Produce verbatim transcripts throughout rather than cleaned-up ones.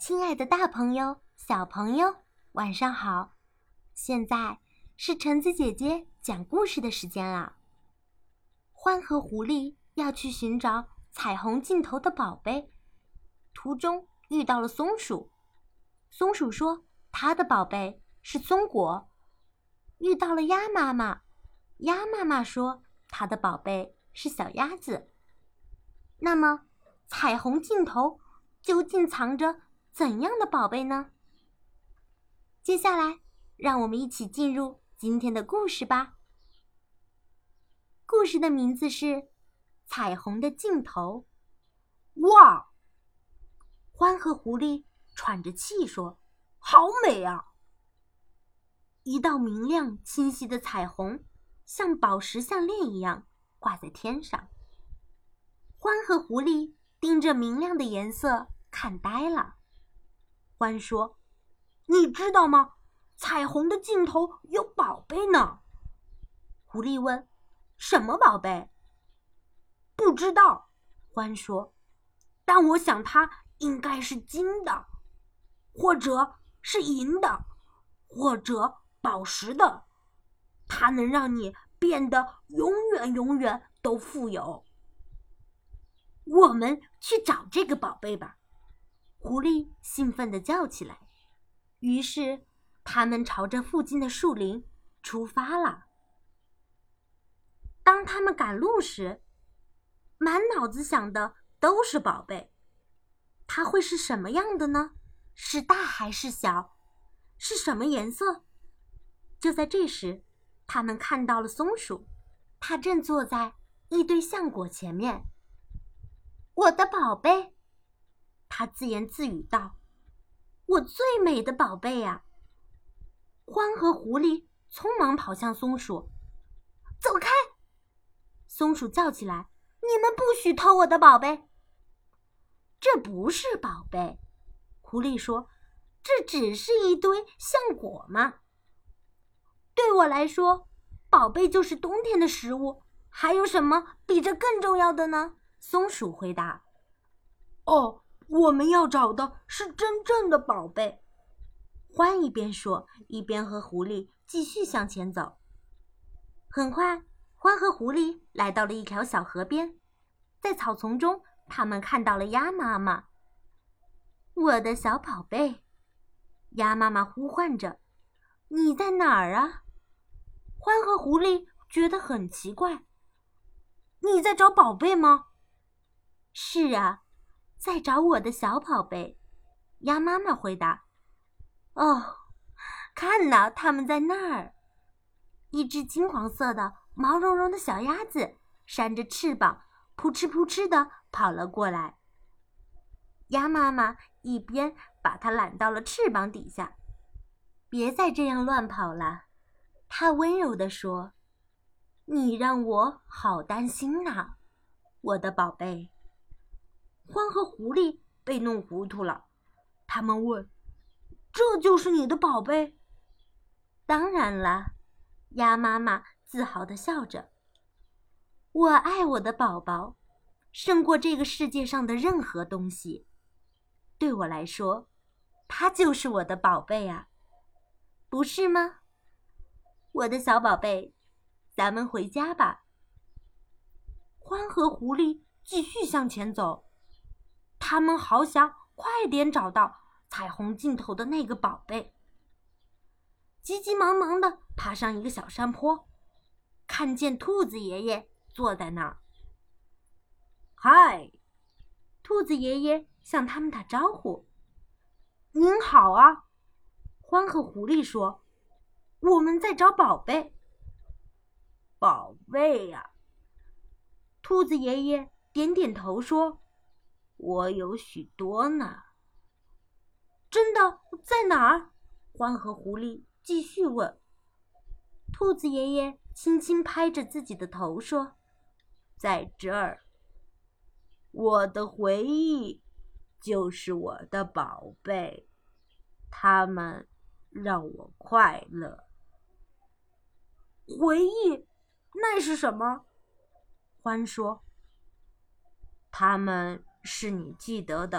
亲爱的大朋友、小朋友，晚上好！现在是橙子姐姐讲故事的时间了。獾和狐狸要去寻找彩虹尽头的宝贝，途中遇到了松鼠。松鼠说它的宝贝是松果。遇到了鸭妈妈，鸭妈妈说它的宝贝是小鸭子。那么，彩虹尽头究竟藏着怎样的宝贝呢？接下来，让我们一起进入今天的故事吧。故事的名字是《彩虹的尽头》。 哇！ 獾和狐狸喘着气说：“ 好美啊！” 一道明亮清晰的彩虹，像宝石项链一样挂在天上。獾和狐狸盯着明亮的颜色看呆了。獾说：“ 你知道吗？彩虹的尽头有宝贝呢。” 狐狸问：“什么宝贝？” 不知道，獾说，但我想它应该是金的，或者是银的，或者宝石的。它能让你变得永远永远都富有。 我们去找这个宝贝吧！狐狸兴奋地叫起来。于是，他们朝着附近的树林出发了。当他们赶路时，满脑子想的都是宝贝。它会是什么样的呢？是大还是小？是什么颜色？就在这时，他们看到了松鼠，它正坐在一堆橡果前面。我的宝贝，他自言自语道：“我最美的宝贝呀！”獾和狐狸匆忙跑向松鼠。“走开！”松鼠叫起来，“你们不许偷我的宝贝！”“这不是宝贝。”狐狸说，“这只是一堆橡果嘛。”“对我来说，宝贝就是冬天的食物，还有什么比这更重要的呢？”松鼠回答。 “哦，我们要找的是真正的宝贝。” 獾一边说，一边和狐狸继续向前走。很快，獾和狐狸来到了一条小河边，在草丛中，他们看到了鸭妈妈。“我的小宝贝！”鸭妈妈呼唤着，“你在哪儿啊？”獾和狐狸觉得很奇怪。“ 你在找宝贝吗？”“ 是啊，在找我的小宝贝。”鸭妈妈回答。“哦，看呐，他们在那儿。”一只金黄色的毛茸茸的小鸭子扇着翅膀，扑哧扑哧地跑了过来。鸭妈妈一边把它揽到了翅膀底下。“别再这样乱跑了。”她温柔地说，“你让我好担心呐，我的宝贝。”獾和狐狸被弄糊涂了，他们问：“ 这就是你的宝贝？”“ 当然了。”鸭妈妈自豪地笑着，“我爱我的宝宝，胜过这个世界上的任何东西。对我来说，它就是我的宝贝啊，不是吗？我的小宝贝，咱们回家吧。”獾和狐狸继续向前走，他们好想快点找到彩虹尽头的那个宝贝。急急忙忙地爬上一个小山坡，看见兔子爷爷坐在那儿。“嗨！”兔子爷爷向他们打招呼。“您好啊！”獾和狐狸说，“我们在找宝贝。”“ 宝贝呀！” 兔子爷爷点点头说，“我有许多呢。”“真的？在哪儿？”獾和狐狸继续问。兔子爷爷轻轻拍着自己的头说，“在这儿。我的回忆就是我的宝贝，它们让我快乐。”“ 回忆？那是什么？” 獾说，“它们是你记得的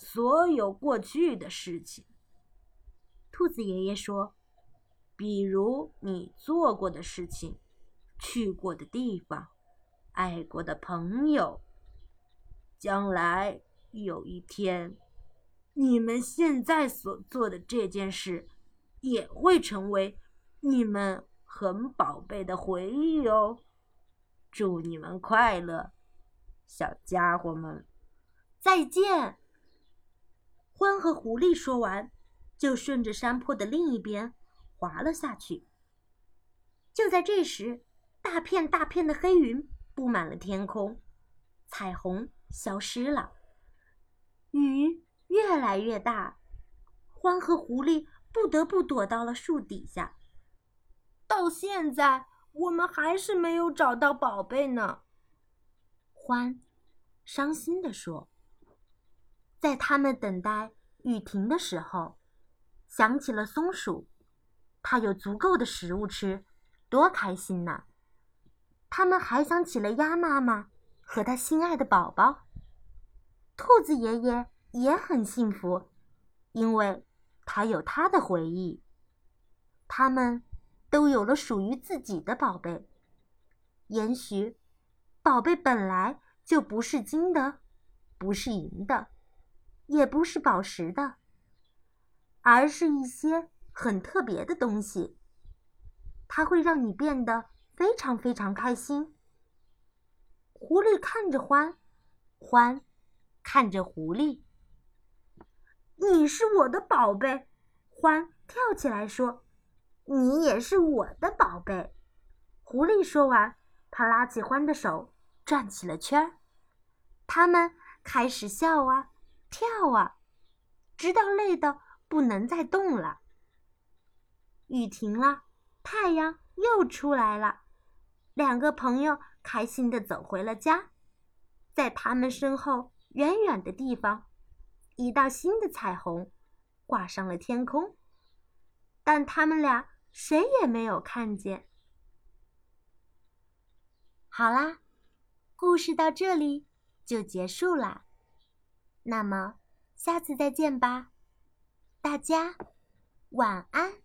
所有过去的事情。 兔子爷爷说， 比如你做过的事情，去过的地方，爱过的朋友。将来有一天，你们现在所做的这件事也会成为你们很宝贝的回忆哦。祝你们快乐，小家伙们！ 再见。獾和狐狸说完，就顺着山坡的另一边滑了下去。就在这时，大片大片的黑云布满了天空，彩虹消失了，雨越来越大。獾和狐狸不得不躲到了树底下。 到现在，我们还是没有找到宝贝呢。 獾伤心地说。在他们等待雨停的时候，想起了松鼠，它有足够的食物吃，多开心呐！他们还想起了鸭妈妈和她心爱的宝宝。兔子爷爷也很幸福，因为他有他的回忆。他们都有了属于自己的宝贝。也许，宝贝本来就不是金的，不是银的，也不是宝石的，而是一些很特别的东西。它会让你变得非常非常开心。狐狸看着獾，獾看着狐狸。你是我的宝贝，獾跳起来说。你也是我的宝贝。狐狸说完，他拉起獾的手，转起了圈儿。他们开始笑啊，跳啊，直到累得不能再动了。雨停了，太阳又出来了。两个朋友开心地走回了家。在他们身后远远的地方，一道新的彩虹挂上了天空，但他们俩谁也没有看见。好啦，故事到这里就结束啦。那么，下次再见吧。大家晚安。